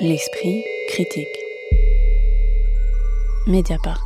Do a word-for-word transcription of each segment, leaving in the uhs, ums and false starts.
L'esprit critique. Mediapart.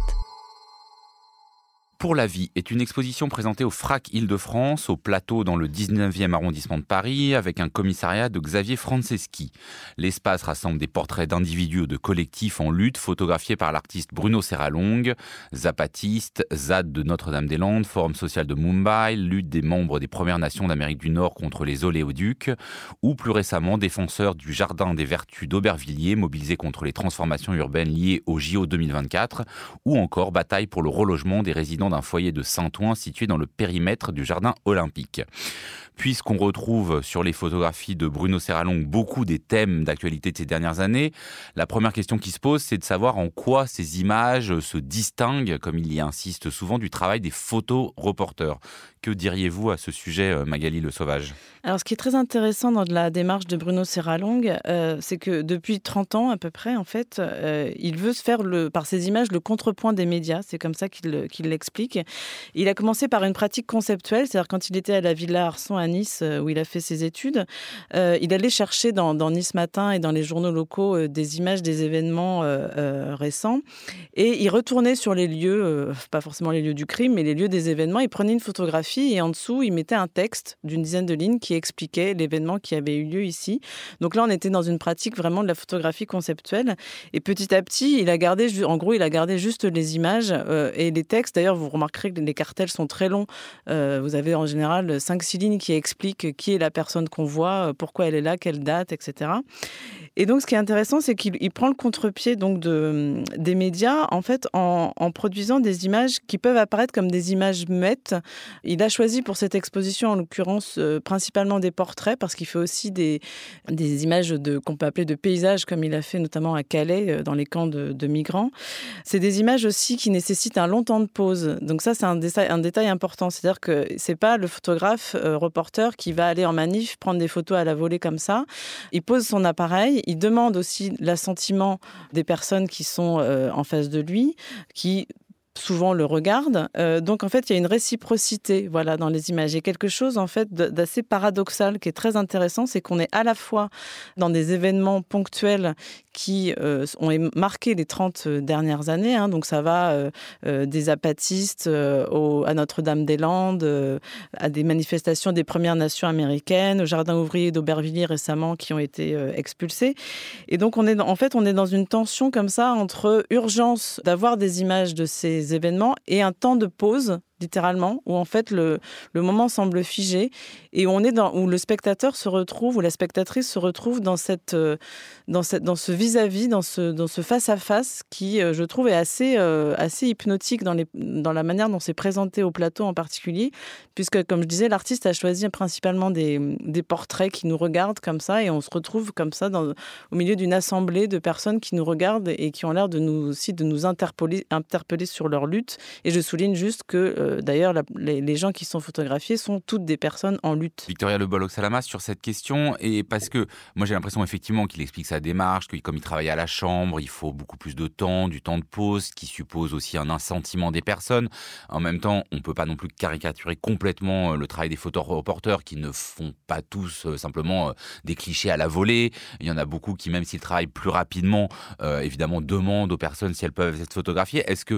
Pour la vie est une exposition présentée au Frac Île-de-France, au Plateau dans le dix-neuvième arrondissement de Paris, avec un commissariat de Xavier Franceschi. L'espace rassemble des portraits d'individus ou de collectifs en lutte, photographiés par l'artiste Bruno Serralong, zapatiste, Z A D de Notre-Dame-des-Landes, Forum social de Mumbai, lutte des membres des Premières Nations d'Amérique du Nord contre les oléoducs, ou plus récellement défenseurs du Jardin des Vertus d'Aubervilliers, mobilisés contre les transformations urbaines liées au J O deux mille vingt-quatre, ou encore bataille pour le relogement des résidents d'un foyer de Saint-Ouen situé dans le périmètre du jardin olympique. Puisqu'on retrouve sur les photographies de Bruno Serralong beaucoup des thèmes d'actualité de ces dernières années, la première question qui se pose, c'est de savoir en quoi ces images se distinguent, comme il y insiste souvent, du travail des photoreporters. Que diriez-vous à ce sujet, Magali Le Sauvage ? Alors, ce qui est très intéressant dans la démarche de Bruno Serralong, euh, c'est que depuis trente ans à peu près, en fait, euh, il veut se faire le, par ses images le contrepoint des médias. C'est comme ça qu'il, qu'il l'explique. Il a commencé par une pratique conceptuelle, c'est-à-dire quand il était à la Villa Arson à Nice, où il a fait ses études, euh, il allait chercher dans, dans Nice Matin et dans les journaux locaux euh, des images des événements euh, euh, récents. Et il retournait sur les lieux, euh, pas forcément les lieux du crime, mais les lieux des événements. Il prenait une photographie et en dessous, il mettait un texte d'une dizaine de lignes qui expliquait l'événement qui avait eu lieu ici. Donc là, on était dans une pratique vraiment de la photographie conceptuelle. Et petit à petit, il a gardé, en gros, il a gardé juste les images euh, et les textes. D'ailleurs, vous remarquerez que les cartels sont très longs. Euh, vous avez en général cinq six lignes qui expliquent qui est la personne qu'on voit, pourquoi elle est là, quelle date, et cetera. Et donc, ce qui est intéressant, c'est qu'il il prend le contre-pied donc, de, des médias en, fait, en, en produisant des images qui peuvent apparaître comme des images muettes. Il a choisi pour cette exposition, en l'occurrence, euh, principalement des portraits, parce qu'il fait aussi des, des images de, qu'on peut appeler de paysages, comme il a fait notamment à Calais, euh, dans les camps de, de migrants. C'est des images aussi qui nécessitent un long temps de pause. Donc ça, c'est un détail, un détail important. C'est-à-dire que c'est pas le photographe, euh, reporter, qui va aller en manif, prendre des photos à la volée comme ça. Il pose son appareil. Il demande aussi l'assentiment des personnes qui sont euh, en face de lui, qui souvent le regardent. Euh, donc, en fait, il y a une réciprocité voilà, dans les images. Il y a quelque chose, en fait, d'assez paradoxal qui est très intéressant, c'est qu'on est à la fois dans des événements ponctuels qui euh, ont marqué les trente dernières années. Hein, donc, ça va euh, euh, des zapatistes euh, au, à Notre-Dame-des-Landes, euh, à des manifestations des Premières Nations américaines, au Jardin ouvrier d'Aubervilliers récemment qui ont été euh, expulsés. Et donc, on est, en fait, on est dans une tension comme ça entre urgence d'avoir des images de ces événements et un temps de pause, littéralement, où en fait le, le moment semble figé et où, on est dans, où le spectateur se retrouve, ou la spectatrice se retrouve dans, cette, dans, cette, dans ce vis-à-vis, dans ce, dans ce face-à-face qui, je trouve, est assez, euh, assez hypnotique dans, les, dans la manière dont c'est présenté au plateau en particulier, puisque, comme je disais, l'artiste a choisi principalement des, des portraits qui nous regardent comme ça et on se retrouve comme ça dans, au milieu d'une assemblée de personnes qui nous regardent et qui ont l'air de nous, aussi de nous interpeller, interpeller sur leur lutte. Et je souligne juste que Euh, d'ailleurs, la, les, les gens qui sont photographiés sont toutes des personnes en lutte. Victoria Le Bolloc-Salamas, sur cette question, et parce que moi j'ai l'impression effectivement qu'il explique sa démarche, que comme il travaille à la chambre, il faut beaucoup plus de temps, du temps de pause, qui suppose aussi un assentiment des personnes. En même temps, on ne peut pas non plus caricaturer complètement le travail des photoreporters qui ne font pas tous euh, simplement euh, des clichés à la volée. Il y en a beaucoup qui, même s'ils travaillent plus rapidement, euh, évidemment demandent aux personnes si elles peuvent être photographiées. Est-ce que,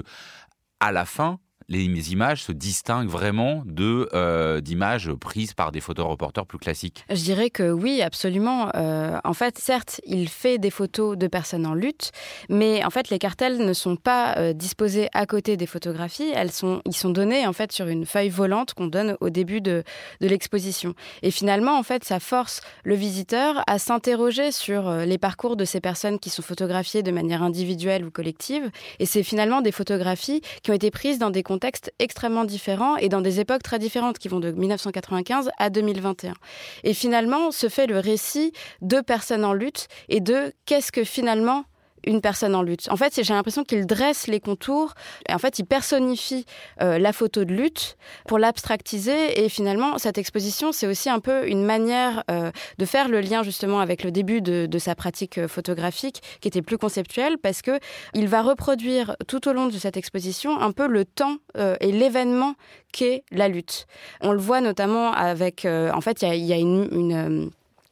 à la fin, les images se distinguent vraiment de, euh, d'images prises par des photoreporters plus classiques ? Je dirais que oui, absolument. Euh, en fait, certes, il fait des photos de personnes en lutte, mais en fait, les cartels ne sont pas euh, disposés à côté des photographies. Elles sont, ils sont donnés en fait sur une feuille volante qu'on donne au début de, de l'exposition. Et finalement, en fait, ça force le visiteur à s'interroger sur euh, les parcours de ces personnes qui sont photographiées de manière individuelle ou collective. Et c'est finalement des photographies qui ont été prises dans des contextes extrêmement différents et dans des époques très différentes qui vont de dix-neuf cent quatre-vingt-quinze à deux mille vingt et un. Et finalement, se fait le récit de personnes en lutte et de qu'est-ce que finalement une personne en lutte. En fait, j'ai l'impression qu'il dresse les contours. Et en fait, il personnifie euh, la photo de lutte pour l'abstractiser. Et finalement, cette exposition, c'est aussi un peu une manière euh, de faire le lien justement avec le début de, de sa pratique photographique, qui était plus conceptuelle, parce que il va reproduire tout au long de cette exposition un peu le temps euh, et l'événement qu'est la lutte. On le voit notamment avec... Euh, en fait, il y a, y a une... une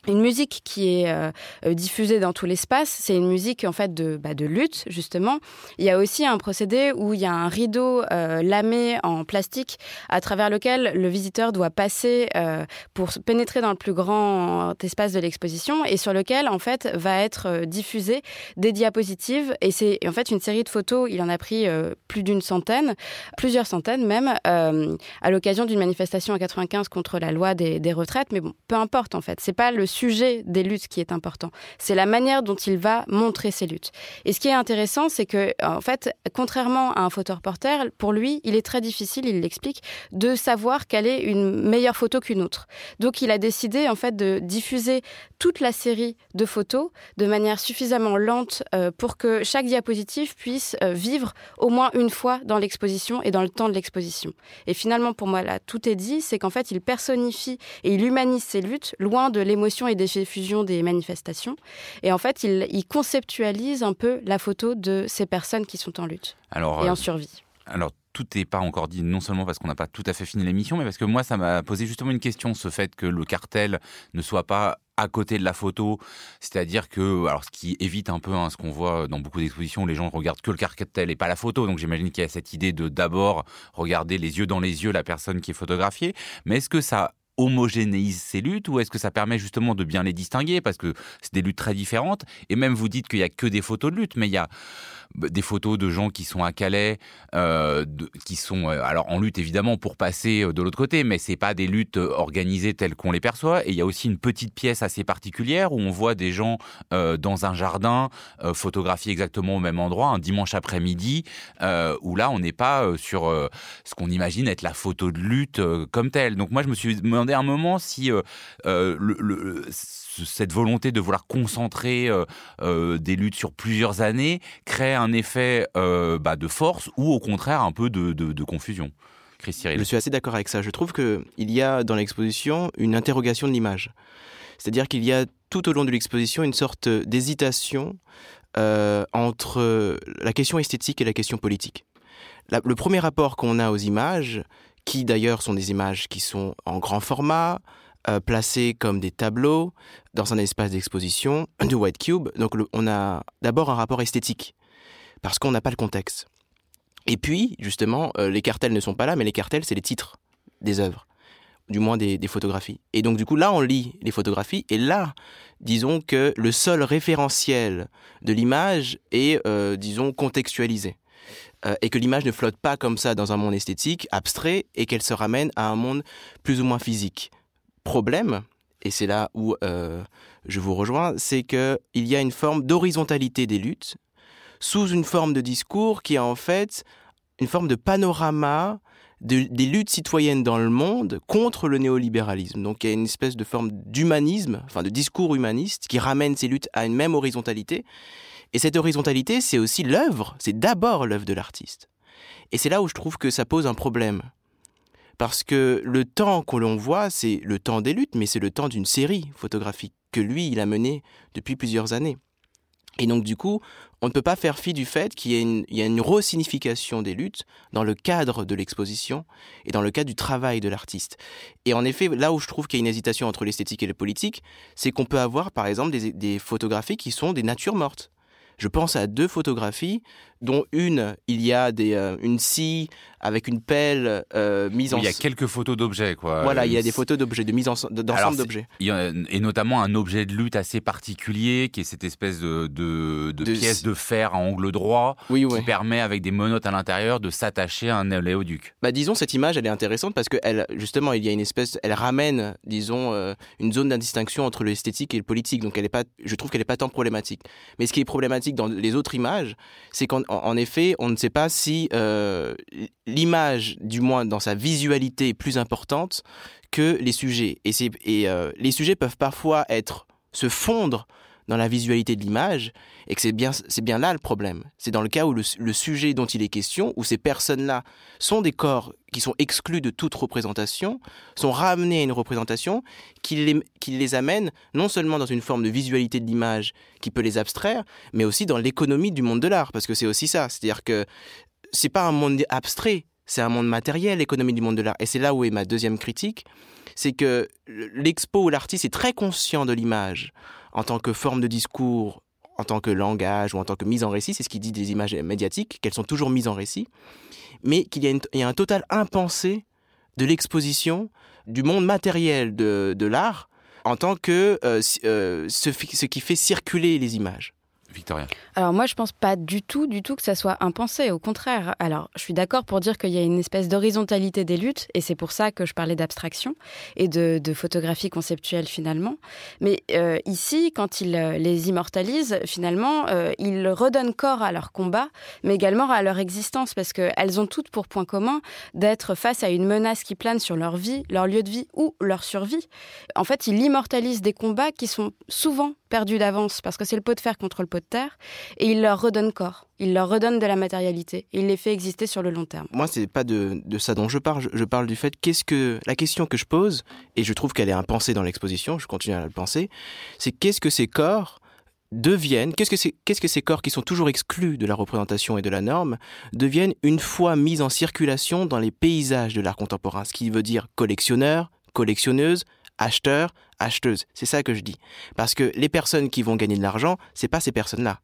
une musique qui est euh, diffusée dans tout l'espace. C'est une musique en fait de, bah, de lutte, justement. Il y a aussi un procédé où il y a un rideau euh, lamé en plastique à travers lequel le visiteur doit passer euh, pour pénétrer dans le plus grand espace de l'exposition et sur lequel en fait va être euh, diffusé des diapositives. Et c'est en fait une série de photos. Il en a pris euh, plus d'une centaine, plusieurs centaines même, euh, à l'occasion d'une manifestation en quatre-vingt-quinze contre la loi des, des retraites. Mais bon, peu importe en fait. C'est pas le sujet des luttes qui est important. C'est la manière dont il va montrer ces luttes. Et ce qui est intéressant, c'est que, en fait, contrairement à un photoreporter, pour lui, il est très difficile, il l'explique, de savoir quelle est une meilleure photo qu'une autre. Donc, il a décidé, en fait, de diffuser toute la série de photos de manière suffisamment lente euh, pour que chaque diapositive puisse euh, vivre au moins une fois dans l'exposition et dans le temps de l'exposition. Et finalement, pour moi, là, tout est dit, c'est qu'en fait, il personnifie et il humanise ces luttes loin de l'émotion et des diffusions des manifestations. Et en fait, il, il conceptualise un peu la photo de ces personnes qui sont en lutte alors, et en euh, survie. Alors, tout n'est pas encore dit, non seulement parce qu'on n'a pas tout à fait fini l'émission, mais parce que moi, ça m'a posé justement une question, ce fait que le cartel ne soit pas à côté de la photo, c'est-à-dire que, alors ce qui évite un peu hein, ce qu'on voit dans beaucoup d'expositions où les gens regardent que le cartel et pas la photo, donc j'imagine qu'il y a cette idée de d'abord regarder les yeux dans les yeux la personne qui est photographiée, mais est-ce que ça homogénéise ces luttes ou est-ce que ça permet justement de bien les distinguer parce que c'est des luttes très différentes et même vous dites qu'il n'y a que des photos de lutte mais il y a des photos de gens qui sont à Calais euh, de, qui sont euh, alors en lutte évidemment pour passer de l'autre côté mais c'est pas des luttes organisées telles qu'on les perçoit et il y a aussi une petite pièce assez particulière où on voit des gens euh, dans un jardin euh, photographiés exactement au même endroit un dimanche après-midi euh, où là on n'est pas euh, sur euh, ce qu'on imagine être la photo de lutte euh, comme telle donc moi je me suis demandé un moment si euh, euh, le, le, cette volonté de vouloir concentrer euh, euh, des luttes sur plusieurs années crée un effet euh, bah, de force ou au contraire un peu de, de, de confusion. Chris Cyril. Je suis assez d'accord avec ça. Je trouve qu'il y a dans l'exposition une interrogation de l'image. C'est-à-dire qu'il y a tout au long de l'exposition une sorte d'hésitation euh, entre la question esthétique et la question politique. La, le premier rapport qu'on a aux images, qui d'ailleurs sont des images qui sont en grand format, euh, placées comme des tableaux dans un espace d'exposition de White Cube. Donc le, on a d'abord un rapport esthétique, parce qu'on n'a pas le contexte. Et puis, justement, euh, les cartels ne sont pas là, mais les cartels, c'est les titres des œuvres, du moins des, des photographies. Et donc, du coup, là, on lit les photographies, et là, disons que le seul référentiel de l'image est, euh, disons, contextualisé. Euh, et que l'image ne flotte pas comme ça dans un monde esthétique, abstrait, et qu'elle se ramène à un monde plus ou moins physique. Problème, et c'est là où euh, je vous rejoins, c'est qu'il y a une forme d'horizontalité des luttes, sous une forme de discours qui est en fait une forme de panorama de, des luttes citoyennes dans le monde contre le néolibéralisme. Donc il y a une espèce de forme d'humanisme, enfin de discours humaniste qui ramène ces luttes à une même horizontalité. Et cette horizontalité, c'est aussi l'œuvre, c'est d'abord l'œuvre de l'artiste. Et c'est là où je trouve que ça pose un problème. Parce que le temps que l'on voit, c'est le temps des luttes, mais c'est le temps d'une série photographique que lui, il a menée depuis plusieurs années. Et donc, du coup, on ne peut pas faire fi du fait qu'il y a une, il y a une resignification des luttes dans le cadre de l'exposition et dans le cadre du travail de l'artiste. Et en effet, là où je trouve qu'il y a une hésitation entre l'esthétique et le politique, c'est qu'on peut avoir, par exemple, des, des photographies qui sont des natures mortes. Je pense à deux photographies, dont une, il y a des, euh, une scie avec une pelle euh, mise oui, en... Il y a quelques photos d'objets, quoi. Voilà, il y a des photos d'objets, de mise en... d'ensemble Alors, d'objets. Il y a, et notamment un objet de lutte assez particulier, qui est cette espèce de, de, de, de pièce de fer à angle droit, oui, qui ouais. permet, avec des menottes à l'intérieur, de s'attacher à un oléoduc. Bah, disons, cette image, elle est intéressante parce que elle, justement, il y a une espèce... Elle ramène, disons, euh, une zone d'indistinction entre l'esthétique et le politique. Donc, elle est pas, je trouve qu'elle n'est pas tant problématique. Mais ce qui est problématique dans les autres images, c'est qu'en en effet, on ne sait pas si euh, l'image, du moins dans sa visualité, est plus importante que les sujets. Et, c'est, et euh, les sujets peuvent parfois être, se fondre dans la visualité de l'image, et que c'est bien, c'est bien là le problème. C'est dans le cas où le, le sujet dont il est question, où ces personnes-là sont des corps qui sont exclus de toute représentation, sont ramenés à une représentation qui les, qui les amène non seulement dans une forme de visualité de l'image qui peut les abstraire, mais aussi dans l'économie du monde de l'art, parce que c'est aussi ça. C'est-à-dire que c'est pas un monde abstrait, c'est un monde matériel, l'économie du monde de l'art. Et c'est là où est ma deuxième critique, c'est que l'expo ou l'artiste est très conscient de l'image en tant que forme de discours, en tant que langage ou en tant que mise en récit, c'est ce qu'il dit des images médiatiques, qu'elles sont toujours mises en récit, mais qu'il y a, une, il y a un total impensé de l'exposition, du monde matériel de, de l'art, en tant que euh, euh, ce, ce qui fait circuler les images. Victoria. Alors moi, je pense pas du tout, du tout que ça soit impensé. Au contraire. Alors, je suis d'accord pour dire qu'il y a une espèce d'horizontalité des luttes, et c'est pour ça que je parlais d'abstraction et de, de photographie conceptuelle finalement. Mais euh, ici, quand il euh, les immortalise, finalement, euh, il redonne corps à leur combat, mais également à leur existence, parce qu'elles ont toutes pour point commun d'être face à une menace qui plane sur leur vie, leur lieu de vie ou leur survie. En fait, il immortalise des combats qui sont souvent perdus d'avance, parce que c'est le pot de fer contre le pot de terre, et il leur redonne corps, il leur redonne de la matérialité, il les fait exister sur le long terme. Moi, c'est pas de, de ça dont je parle, je, je parle du fait, qu'est-ce que, la question que je pose, et je trouve qu'elle est impensée dans l'exposition, je continue à le penser, c'est qu'est-ce que ces corps deviennent, qu'est-ce que, c'est, qu'est-ce que ces corps qui sont toujours exclus de la représentation et de la norme, deviennent une fois mis en circulation dans les paysages de l'art contemporain, ce qui veut dire collectionneurs, collectionneuses, acheteurs, acheteuses. C'est ça que je dis. Parce que les personnes qui vont gagner de l'argent, c'est pas ces personnes-là.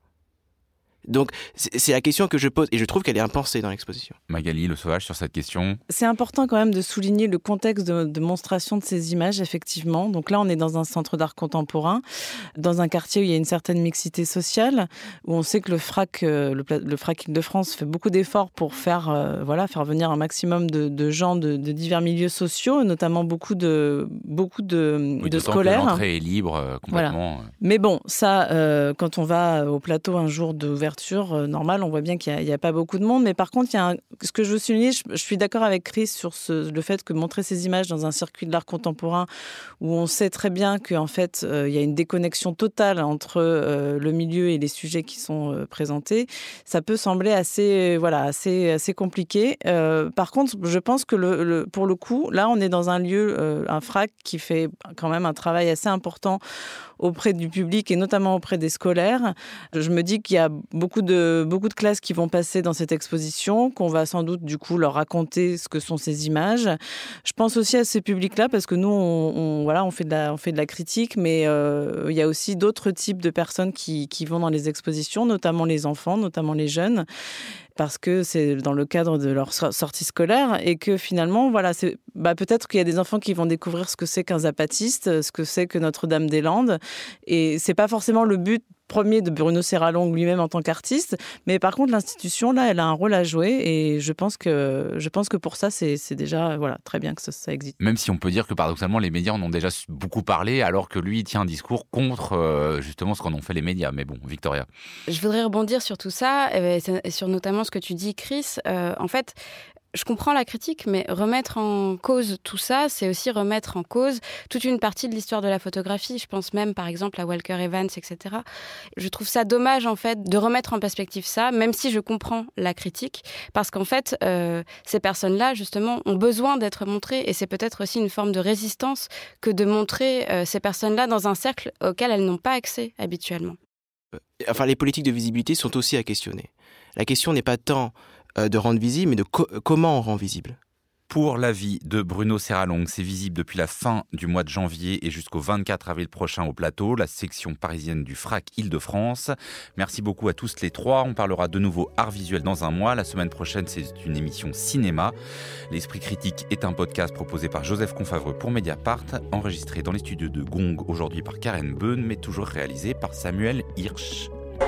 Donc, c'est, c'est la question que je pose, et je trouve qu'elle est impensée dans l'exposition. Magali Le Sauvage, sur cette question. C'est important quand même de souligner le contexte de, de monstration de ces images, effectivement. Donc là, on est dans un centre d'art contemporain, dans un quartier où il y a une certaine mixité sociale, où on sait que le FRAC, euh, le, le FRAC Île-de-France fait beaucoup d'efforts pour faire, euh, voilà, faire venir un maximum de, de gens de, de divers milieux sociaux, notamment beaucoup de, beaucoup de, oui, de scolaires. L'entrée est libre, euh, complètement. Voilà. Mais bon, ça, euh, quand on va au plateau un jour d'ouverture, Euh, normal, on voit bien qu'il n'y a, a pas beaucoup de monde, mais par contre, il y a un, ce que je veux souligner, je, je suis d'accord avec Chris sur ce, le fait que montrer ces images dans un circuit de l'art contemporain où on sait très bien qu'en fait, euh, il y a une déconnexion totale entre euh, le milieu et les sujets qui sont euh, présentés, ça peut sembler assez, voilà, assez, assez compliqué. Euh, par contre, je pense que le, le, pour le coup, là, on est dans un lieu, euh, un FRAC qui fait quand même un travail assez important auprès du public et notamment auprès des scolaires. Je me dis qu'il y a beaucoup de, beaucoup de classes qui vont passer dans cette exposition, qu'on va sans doute du coup leur raconter ce que sont ces images. Je pense aussi à ces publics-là parce que nous, on, on, voilà, on, fait de la, on fait de la critique, mais euh, il y a aussi d'autres types de personnes qui, qui vont dans les expositions, notamment les enfants, notamment les jeunes, parce que c'est dans le cadre de leur sortie scolaire et que finalement, voilà, c'est, bah, peut-être qu'il y a des enfants qui vont découvrir ce que c'est qu'un zapatiste, ce que c'est que Notre-Dame-des-Landes, et c'est pas forcément le but premier de Bruno Serralong lui-même en tant qu'artiste, mais par contre l'institution là, elle a un rôle à jouer et je pense que je pense que pour ça c'est, c'est déjà voilà très bien que ça, ça existe. Même si on peut dire que paradoxalement les médias en ont déjà beaucoup parlé, alors que lui il tient un discours contre euh, justement ce qu'en ont fait les médias. Mais bon, Victoria. Je voudrais rebondir sur tout ça et sur notamment ce que tu dis, Chris. Euh, en fait. Je comprends la critique, mais remettre en cause tout ça, c'est aussi remettre en cause toute une partie de l'histoire de la photographie. Je pense même, par exemple, à Walker Evans, et cetera. Je trouve ça dommage, en fait, de remettre en perspective ça, même si je comprends la critique, parce qu'en fait, euh, ces personnes-là, justement, ont besoin d'être montrées, et c'est peut-être aussi une forme de résistance que de montrer euh, ces personnes-là dans un cercle auquel elles n'ont pas accès habituellement. Enfin, les politiques de visibilité sont aussi à questionner. La question n'est pas tant de rendre visible, mais de co- comment on rend visible. Pour la vie de Bruno Serralong, c'est visible depuis la fin du mois de janvier et jusqu'au vingt-quatre avril prochain au plateau, la section parisienne du FRAC Île-de-France. Merci beaucoup à tous les trois. On parlera de nouveau art visuel dans un mois. La semaine prochaine, c'est une émission cinéma. L'Esprit critique est un podcast proposé par Joseph Confavreux pour Mediapart, enregistré dans les studios de Gong aujourd'hui par Karen Beun, mais toujours réalisé par Samuel Hirsch.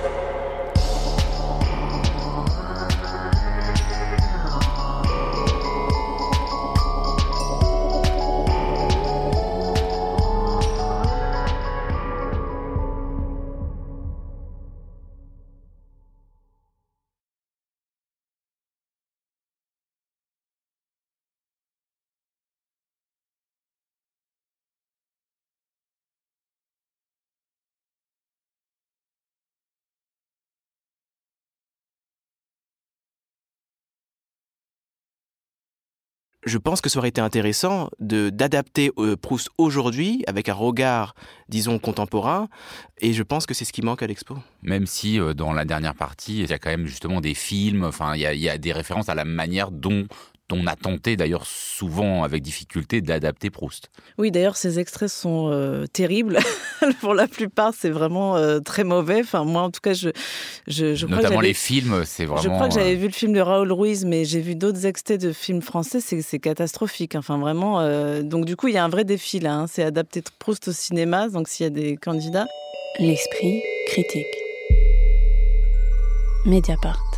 Je pense que ça aurait été intéressant de, d'adapter euh, Proust aujourd'hui avec un regard, disons, contemporain. Et je pense que c'est ce qui manque à l'expo. Même si euh, dans la dernière partie, il y a quand même justement des films, enfin, il y a, il y a des références à la manière dont on a tenté d'ailleurs souvent avec difficulté d'adapter Proust. Oui, d'ailleurs, ces extraits sont euh, terribles. Pour la plupart, c'est vraiment euh, très mauvais. Enfin, moi, en tout cas, je, je, je crois Notamment que les films, c'est vraiment... Je crois que j'avais vu le film de Raoul Ruiz, mais j'ai vu d'autres extraits de films français, c'est, c'est catastrophique. Enfin, vraiment. Euh, donc, du coup, il y a un vrai défi là. Hein, c'est adapter Proust au cinéma. Donc, s'il y a des candidats. L'esprit critique. Mediapart.